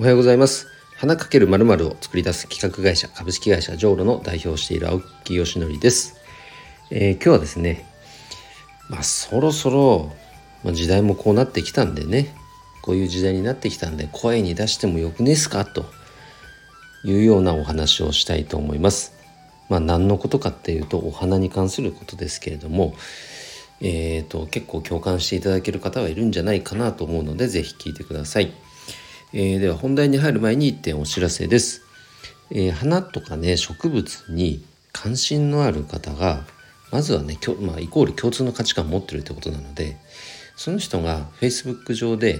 おはようございます。花かける〇〇を作り出す企画会社株式会社ジョーロの代表をしている青木よしのりです。今日はですね、そろそろ、時代もこうなってきたんでね、こういう時代になってきたんで声に出してもよくねすかというようなお話をしたいと思います。何のことかっていうとお花に関することですけれども、結構共感していただける方はいるんじゃないかなと思うのでぜひ聞いてください。では本題に入る前に1点お知らせです。花とかね植物に関心のある方がまずはねイコール共通の価値観を持っているということなので、その人が Facebook 上で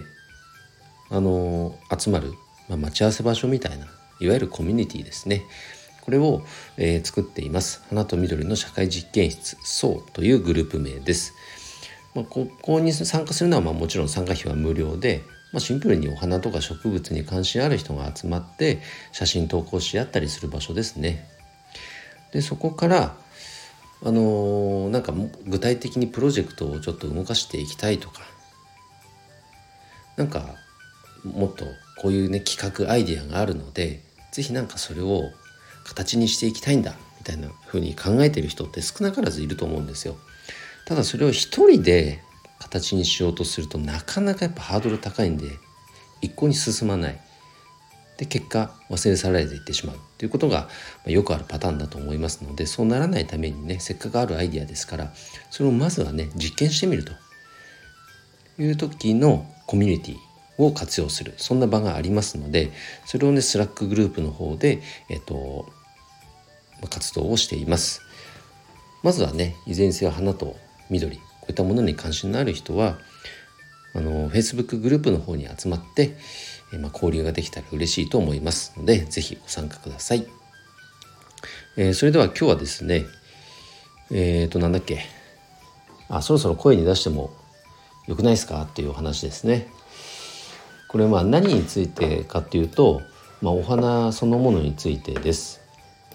集まる、待ち合わせ場所みたいないわゆるコミュニティですね。これを、作っています。花と緑の社会実験室 SOU というグループ名です。ここに参加するのはもちろん参加費は無料で、シンプルにお花とか植物に関心ある人が集まって写真投稿し合ったりする場所ですね。でそこから具体的にプロジェクトをちょっと動かしていきたいとか、もっとこういうね企画アイデアがあるのでぜひそれを形にしていきたいんだみたいな風に考えている人って少なからずいると思うんですよ。ただそれを一人で形にしようとするとなかなかやっぱハードル高いんで一向に進まない。で結果忘れ去られていってしまうということがよくあるパターンだと思いますので、そうならないためにねせっかくあるアイデアですからそれをまずはね実験してみるという時のコミュニティを活用する、そんな場がありますので、それをねスラックグループの方で、活動をしています。まずはねいずれにせよ花と緑こういったものに関心のある人はFacebook グループの方に集まって、交流ができたら嬉しいと思いますのでぜひご参加ください。それでは今日はですねそろそろ声に出してもよくないですかっていうお話ですね。これ何についてかっていうと、お花そのものについてです。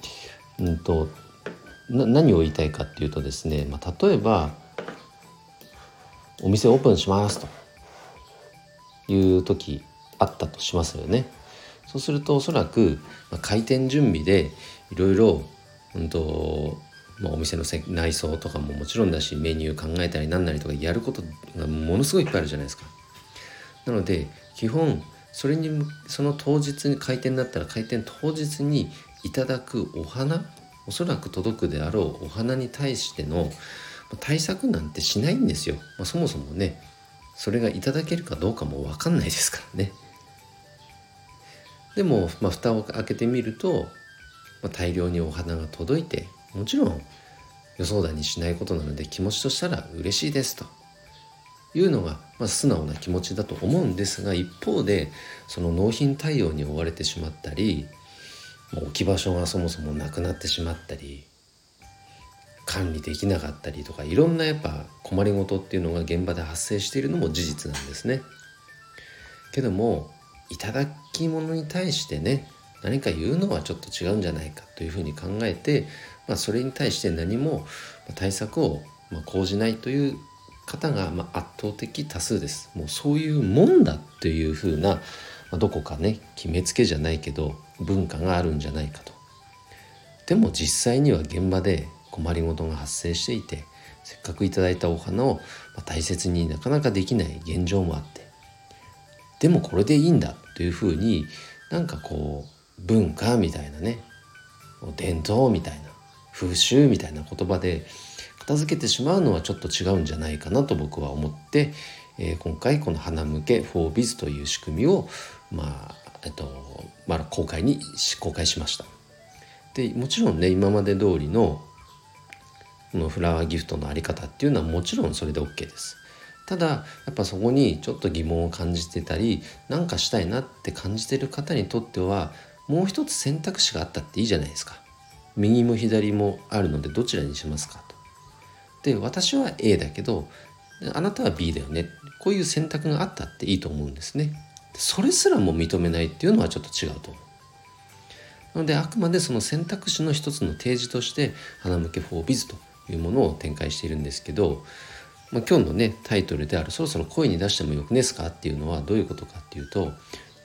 何を言いたいかっていうとですね、例えばお店オープンしますという時あったとしますよね。そうするとおそらく、開店準備でいろいろお店の内装とかももちろんだしメニュー考えたりなんなりとかやることがものすごいいっぱいあるじゃないですか。なので基本その当日に開店だったら開店当日にいただくお花、おそらく届くであろうお花に対しての対策なんてしないんですよ。そもそもねそれがいただけるかどうかも分かんないですからね。でも、蓋を開けてみると、大量にお花が届いてもちろん予想だにしないことなので気持ちとしたら嬉しいですというのが、素直な気持ちだと思うんですが、一方でその納品対応に追われてしまったり置き場所がそもそもなくなってしまったり管理できなかったりとかいろんなやっぱ困りごとっていうのが現場で発生しているのも事実なんですね。けどもいただき物に対してね何か言うのはちょっと違うんじゃないかというふうに考えて、それに対して何も対策を講じないという方が圧倒的多数です。もうそういうもんだっていうふうな、どこかね決めつけじゃないけど文化があるんじゃないかと。でも実際には現場で困りごとが発生していてせっかくいただいたお花を大切になかなかできない現状もあって、でもこれでいいんだというふうに文化みたいなね伝統みたいな風習みたいな言葉で片付けてしまうのはちょっと違うんじゃないかなと僕は思って、今回この花向け 4biz という仕組みを公開しました。でもちろんね今まで通りのこのフラワーギフトのあり方っていうのはもちろんそれで OK です。ただやっぱそこにちょっと疑問を感じてたりしたいなって感じている方にとってはもう一つ選択肢があったっていいじゃないですか。右も左もあるのでどちらにしますかと。で私は A だけどあなたは B だよね、こういう選択があったっていいと思うんですね。それすらも認めないっていうのはちょっと違うと思う。なのであくまでその選択肢の一つの提示として花向け 4biz というものを展開しているんですけど、今日のねタイトルであるそろそろ声に出してもよくねすかっていうのはどういうことかっていうと、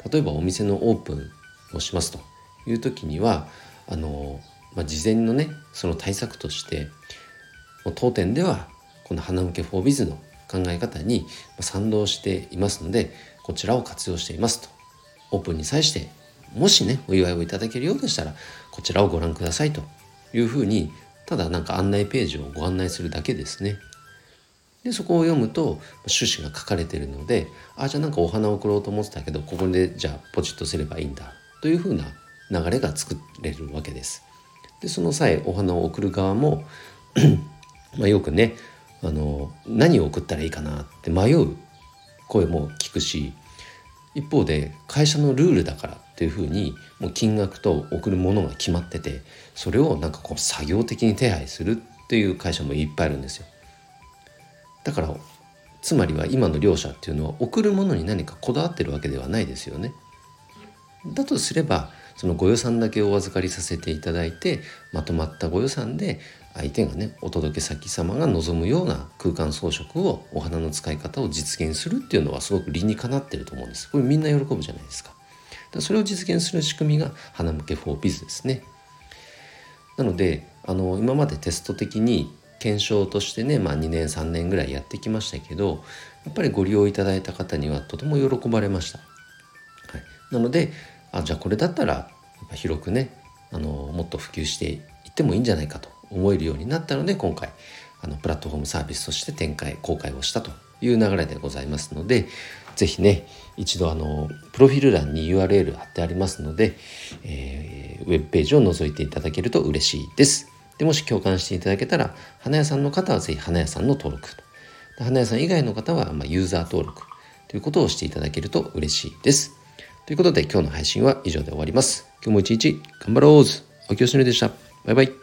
例えばお店のオープンをしますという時には事前のねその対策として当店ではこの花向けフォービズの考え方に賛同していますので、こちらを活用していますと、オープンに際してもしねお祝いをいただけるようでしたらこちらをご覧くださいというふうに、ただ案内ページをご案内するだけですね。でそこを読むと趣旨が書かれているので、じゃあお花を送ろうと思ってたけどここでじゃあポチッとすればいいんだというふうな流れが作れるわけです。でその際お花を送る側もよくね何を送ったらいいかなって迷う声も聞くし、一方で会社のルールだからっていうふうにもう金額と送るものが決まってて、それを作業的に手配するっていう会社もいっぱいあるんですよ。だからつまりは今の両者っていうのは送るものに何かこだわってるわけではないですよね。だとすればそのご予算だけお預かりさせていただいて、まとまったご予算で相手がねお届け先様が望むような空間装飾をお花の使い方を実現するっていうのはすごく理にかなってると思うんです。これみんな喜ぶじゃないですか。だからそれを実現する仕組みが花向けフォービズですね。なので今までテスト的に検証としてね、2年3年ぐらいやってきましたけど、やっぱりご利用いただいた方にはとても喜ばれました。なのでじゃあこれだったらやっぱ広くねもっと普及していってもいいんじゃないかと思えるようになったので、今回プラットフォームサービスとして公開をしたという流れでございますので、ぜひね一度プロフィール欄に URL 貼ってありますので、ウェブページを覗いていただけると嬉しいです。でもし共感していただけたら、花屋さんの方はぜひ花屋さんの登録と、花屋さん以外の方はユーザー登録ということをしていただけると嬉しいです。ということで今日の配信は以上で終わります。今日も一日頑張ろう。青木よしのりでした。バイバイ。